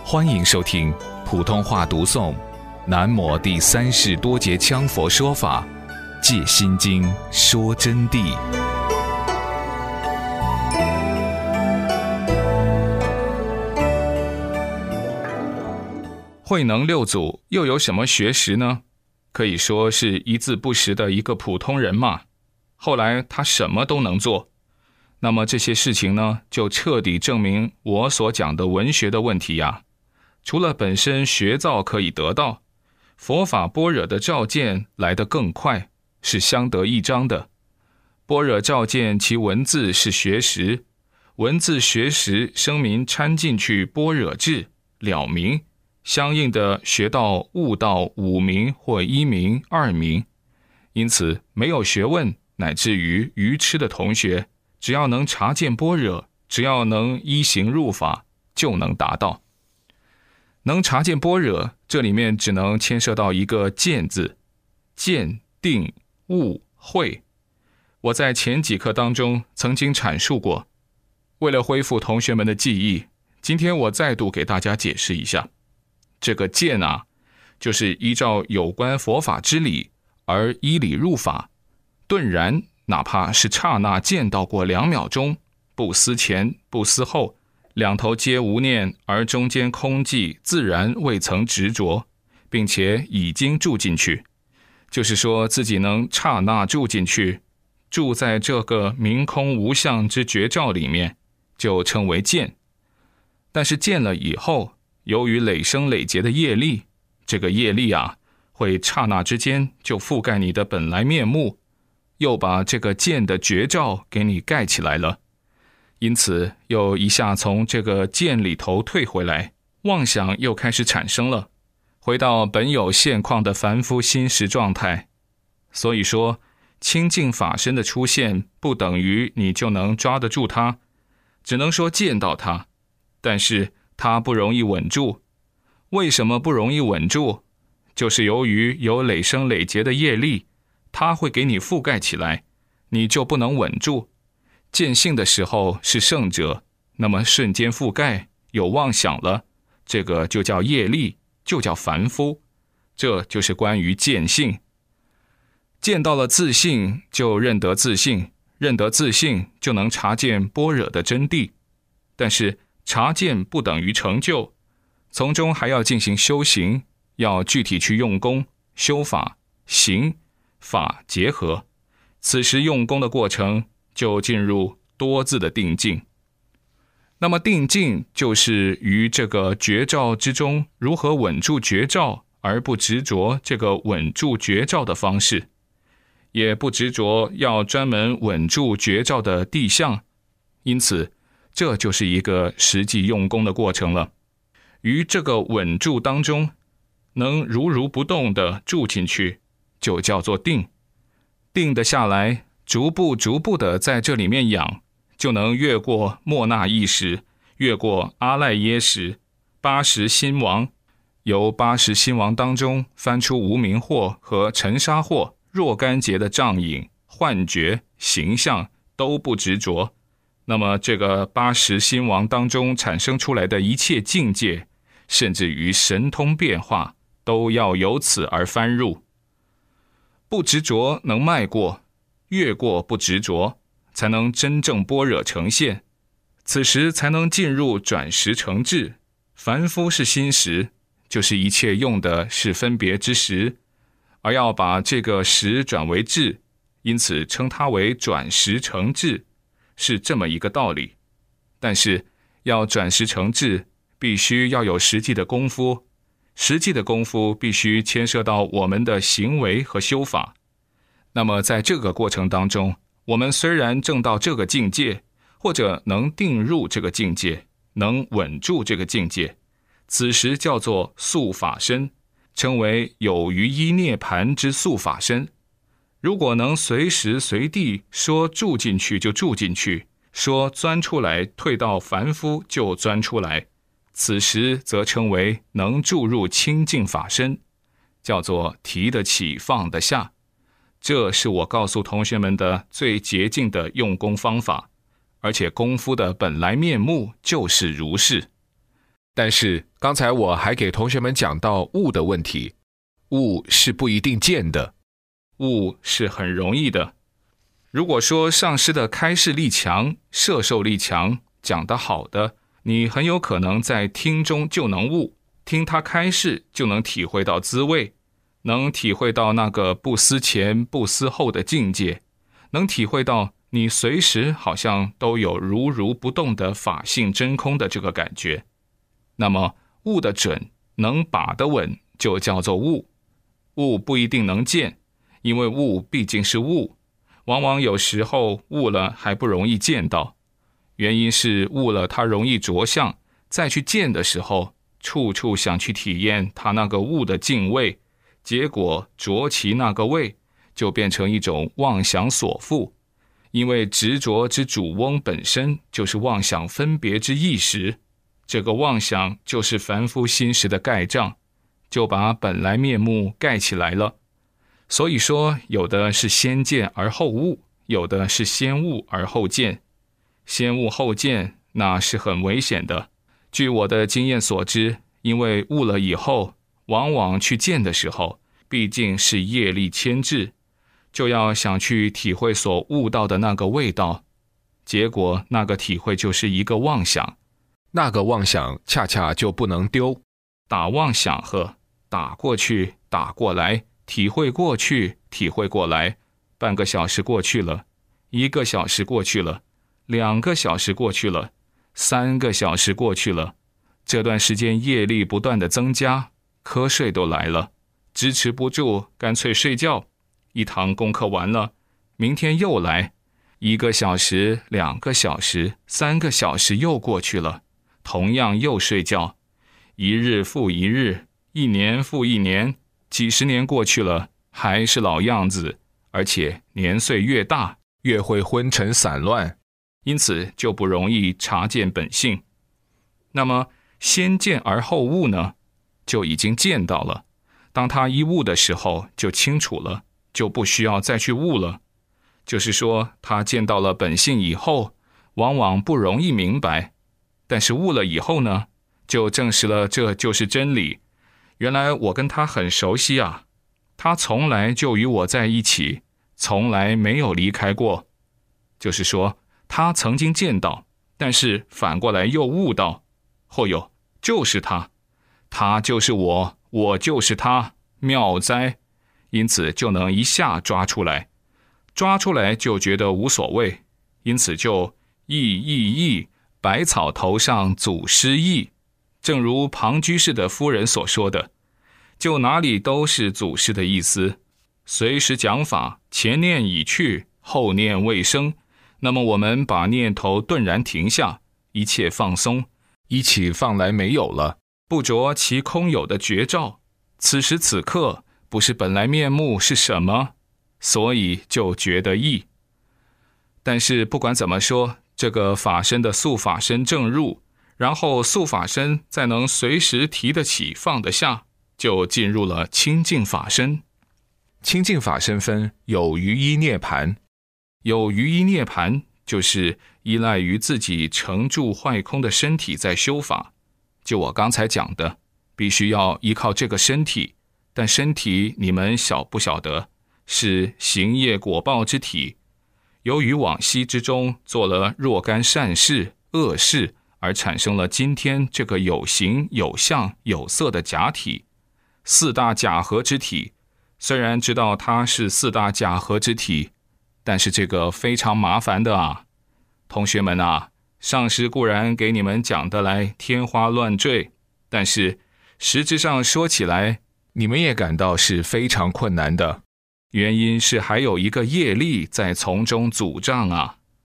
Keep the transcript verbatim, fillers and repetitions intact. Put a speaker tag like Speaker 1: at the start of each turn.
Speaker 1: 欢迎收听普通话读诵南摩第三世多杰羌佛说法戒心经说真谛。慧能六祖又有什么学识呢？可以说是一字不识的一个普通人嘛。后来他什么都能做，那么这些事情呢，就彻底证明我所讲的文学的问题呀。除了本身学造可以得到，佛法般若的照见来得更快，是相得益彰的。般若照见其文字是学识，文字学识声明掺进去般若智了明，相应的学到悟道五明或一明二明。因此没有学问乃至于愚痴的同学，只要能察见般若，只要能依行入法，就能达到。能察见般若，这里面只能牵涉到一个见字，见、定、悟、慧。我在前几课当中曾经阐述过，为了恢复同学们的记忆，今天我再度给大家解释一下。这个见啊，就是依照有关佛法之理而依理入法，顿然哪怕是刹那见到过两秒钟，不思前不思后，两头皆无念，而中间空寂，自然未曾执着，并且已经住进去。就是说自己能刹那住进去，住在这个明空无相之觉照里面，就称为见。但是见了以后，由于累生累劫的业力，这个业力啊，会刹那之间就覆盖你的本来面目，又把这个见的觉照给你盖起来了。因此又一下从这个见里头退回来，妄想又开始产生了，回到本有现况的凡夫心识状态。所以说清净法身的出现不等于你就能抓得住它，只能说见到它，但是它不容易稳住。为什么不容易稳住？就是由于有累生累劫的业力，它会给你覆盖起来，你就不能稳住。见性的时候是圣者，那么瞬间覆盖，有妄想了，这个就叫业力，就叫凡夫。这就是关于见性。见到了自性，就认得自性，认得自性，就能察见般若的真谛。但是察见不等于成就，从中还要进行修行，要具体去用功，修法、行、法结合。此时用功的过程就进入多字的定境。那么定境就是于这个觉照之中，如何稳住觉照，而不执着这个稳住觉照的方式，也不执着要专门稳住觉照的地相。因此这就是一个实际用功的过程了。于这个稳住当中，能如如不动的住进去，就叫做定。定得下来，逐步逐步的在这里面养，就能越过莫那一时，越过阿赖耶识，八十心王，由八十心王当中翻出无明惑和尘沙惑若干劫的障影、幻觉、形象都不执着。那么这个八十心王当中产生出来的一切境界，甚至于神通变化，都要由此而翻入。不执着能迈过，越过不执着，才能真正般若呈现。此时才能进入转识成智。凡夫是心识，就是一切用的是分别之识，而要把这个识转为智，因此称它为转识成智，是这么一个道理。但是要转识成智，必须要有实际的功夫，实际的功夫必须牵涉到我们的行为和修法。那么在这个过程当中，我们虽然证到这个境界，或者能定入这个境界，能稳住这个境界，此时叫做速法身，称为有余依涅盘之速法身。如果能随时随地说住进去就住进去，说钻出来退到凡夫就钻出来，此时则称为能注入清净法身，叫做提得起放得下。这是我告诉同学们的最捷径的用功方法，而且功夫的本来面目就是如是。
Speaker 2: 但是刚才我还给同学们讲到物的问题，物是不一定见的，
Speaker 1: 物是很容易的。如果说上师的开示力强，摄受力强，讲得好的，你很有可能在听中就能悟，听他开示就能体会到滋味，能体会到那个不思前不思后的境界，能体会到你随时好像都有如如不动的法性真空的这个感觉。那么悟得准，能把得稳，就叫做悟。悟不一定能见，因为悟毕竟是悟，往往有时候悟了还不容易见到，原因是悟了它容易着相，再去见的时候，处处想去体验它那个悟的境味，结果着其那个味，就变成一种妄想所缚。因为执着之主翁本身就是妄想分别之意识，这个妄想就是凡夫心识的盖障，就把本来面目盖起来了。所以说，有的是先见而后悟，有的是先悟而后见。先悟后见，那是很危险的。据我的经验所知，因为悟了以后，往往去见的时候，毕竟是业力牵制，就要想去体会所悟到的那个味道，结果那个体会就是一个妄想，
Speaker 2: 那个妄想恰恰就不能丢。
Speaker 1: 打妄想呵，打过去，打过来，体会过去，体会过来，半个小时过去了，一个小时过去了，两个小时过去了，三个小时过去了，这段时间业力不断的增加，瞌睡都来了，支持不住，干脆睡觉。一堂功课完了，明天又来，一个小时，两个小时，三个小时又过去了，同样又睡觉，一日复一日，一年复一年，几十年过去了，还是老样子，而且年岁越大，
Speaker 2: 越会昏沉散乱，
Speaker 1: 因此就不容易察见本性。那么先见而后悟呢，就已经见到了，当他一悟的时候就清楚了，就不需要再去悟了。就是说他见到了本性以后，往往不容易明白，但是悟了以后呢，就证实了这就是真理。原来我跟他很熟悉啊，他从来就与我在一起，从来没有离开过。就是说他曾经见到，但是反过来又悟到，后有就是他，他就是我，我就是他，妙哉！因此就能一下抓出来，抓出来就觉得无所谓，因此就意意意，百草头上祖师意。正如庞居士的夫人所说的，就哪里都是祖师的意思，随时讲法，前念已去，后念未生，那么我们把念头顿然停下，一切放松，
Speaker 2: 一起放来没有了，
Speaker 1: 不着其空有的觉照，此时此刻不是本来面目是什么，所以就觉得意。但是不管怎么说，这个法身的素法身正入，然后素法身再能随时提得起放得下，就进入了清净法身。
Speaker 2: 清净法身分有余依涅盘，
Speaker 1: 有余依涅盘就是依赖于自己成住坏空的身体在修法。就我刚才讲的，必须要依靠这个身体，但身体你们晓不晓得，是行业果报之体，由于往昔之中做了若干善事恶事，而产生了今天这个有形有相有色的假体，四大假合之体。虽然知道它是四大假合之体，但是这个非常麻烦的啊。同学们啊，上师固然给你们讲得来天花乱坠，但是实质上说起来，
Speaker 2: 你们也感到是非常困难的。
Speaker 1: 原因是还有一个业力在从中阻障啊。